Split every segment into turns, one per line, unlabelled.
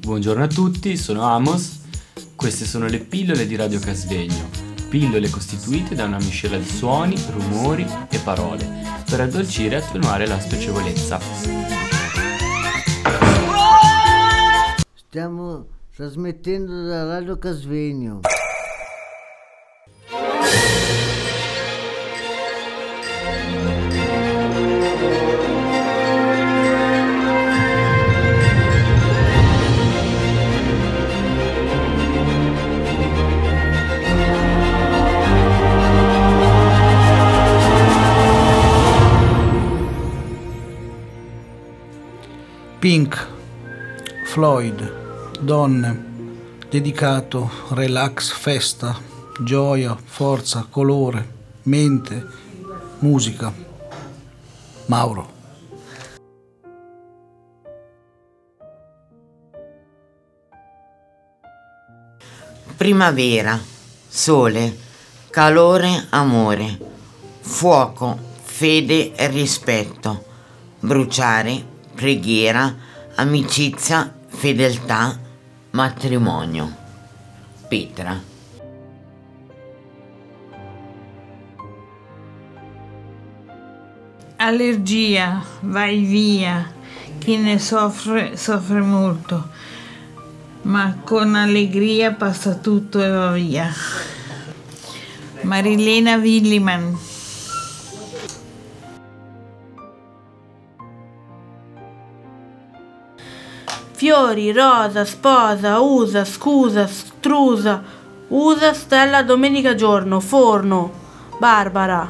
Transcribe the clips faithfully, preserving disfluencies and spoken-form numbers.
Buongiorno a tutti, sono Amos. Queste sono le pillole di Radio Casvegno. Pillole costituite da una miscela di suoni, rumori e parole per addolcire e attenuare la spiacevolezza.
Stiamo trasmettendo da Radio Casvegno.
Pink, Floyd, Donne, dedicato, relax, festa, gioia, forza, colore, mente, musica. Mauro.
Primavera, sole, calore, amore, fuoco, fede e rispetto, bruciare, preghiera, amicizia, fedeltà, matrimonio. Petra.
Allergia, vai via, chi ne soffre soffre molto, ma con allegria passa tutto e va via. Marilena Williman.
Fiori, rosa, sposa, usa, scusa, strusa, usa, stella, domenica giorno, forno, Barbara.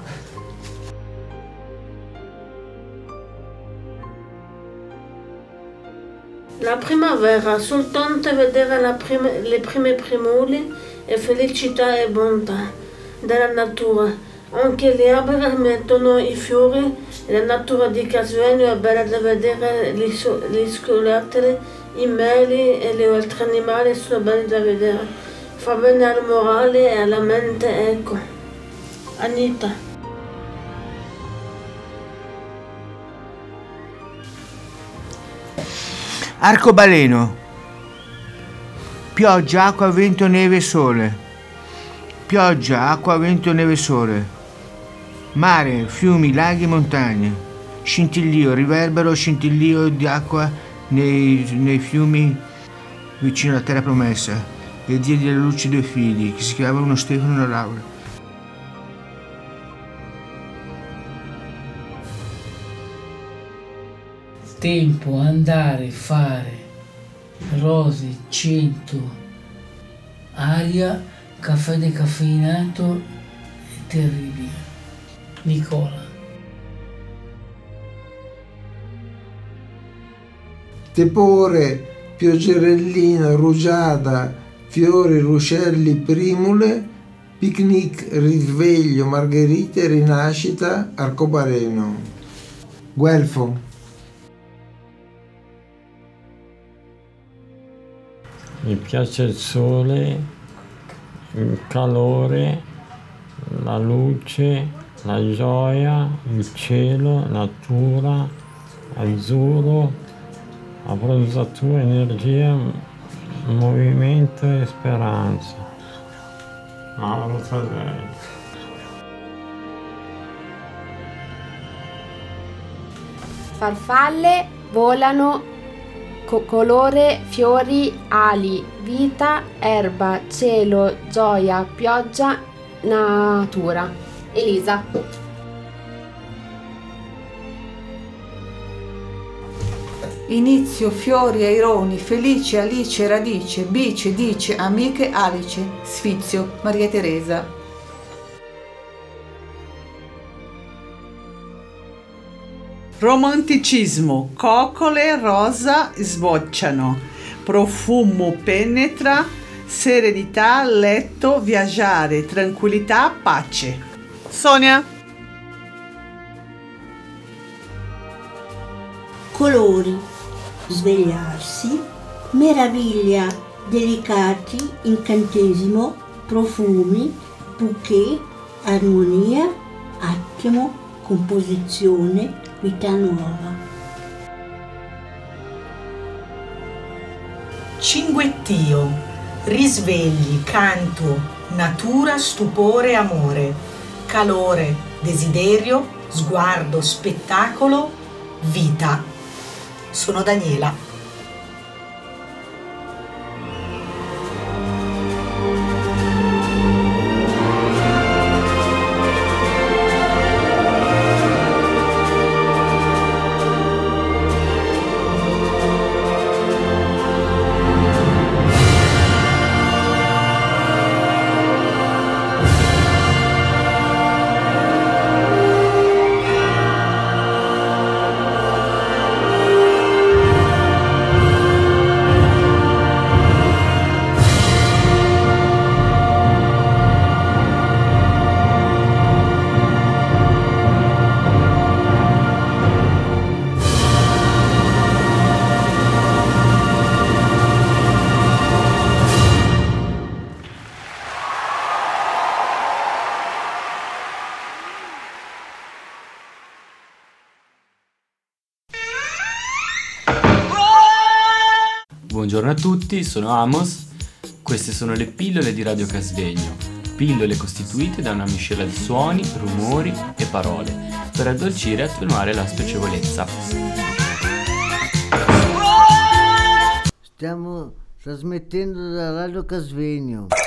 La primavera, soltanto vedere la prime, le prime primule e felicità e bontà della natura. Anche gli alberi mettono i fiori e la natura di Casvegno è bella da vedere, gli, gli scoiattoli, i meli e gli altri animali sono belli da vedere. Fa bene al morale e alla mente, ecco. Anita.
Arcobaleno. Pioggia, acqua, vento, neve, sole. Pioggia, acqua, vento, neve, sole. Mare, fiumi, laghi, montagne. Scintillio, riverbero, scintillio di acqua nei, nei fiumi vicino alla terra promessa. E diedi alla luce due figli, che si chiamavano uno Stefano e una Laura.
Tempo, andare, fare, rose, cento, aria, caffè decaffeinato e terribile. Nicola.
Tepore, pioggerellina, rugiada, fiori, ruscelli, primule, picnic, risveglio, margherite, rinascita, arcobaleno. Guelfo.
Mi piace il sole, il calore, la luce, la gioia, il cielo, natura, azzurro, abbronzatura, energia, movimento e speranza. Mauro Taddei.
Farfalle volano, co- colore, fiori, ali, vita, erba, cielo, gioia, pioggia, natura. Elisa.
Inizio, fiori, aironi, felice, Alice, radice, bice, dice, amiche, alice, sfizio, Maria Teresa.
Romanticismo, coccole rosa sbocciano, profumo penetra, serenità, letto, viaggiare, tranquillità, pace. Sonia.
Colori, svegliarsi, meraviglia, delicati, incantesimo, profumi, bouquet, armonia, attimo, composizione, vita nuova.
cinguettio, risvegli, canto, natura, stupore, amore, calore, desiderio, sguardo, spettacolo, vita. Sono Daniela.
Buongiorno a tutti, sono Amos. Queste sono le pillole di Radio Casvegno. Pillole costituite da una miscela di suoni, rumori e parole per addolcire e attenuare la spiacevolezza.
Stiamo trasmettendo da Radio Casvegno.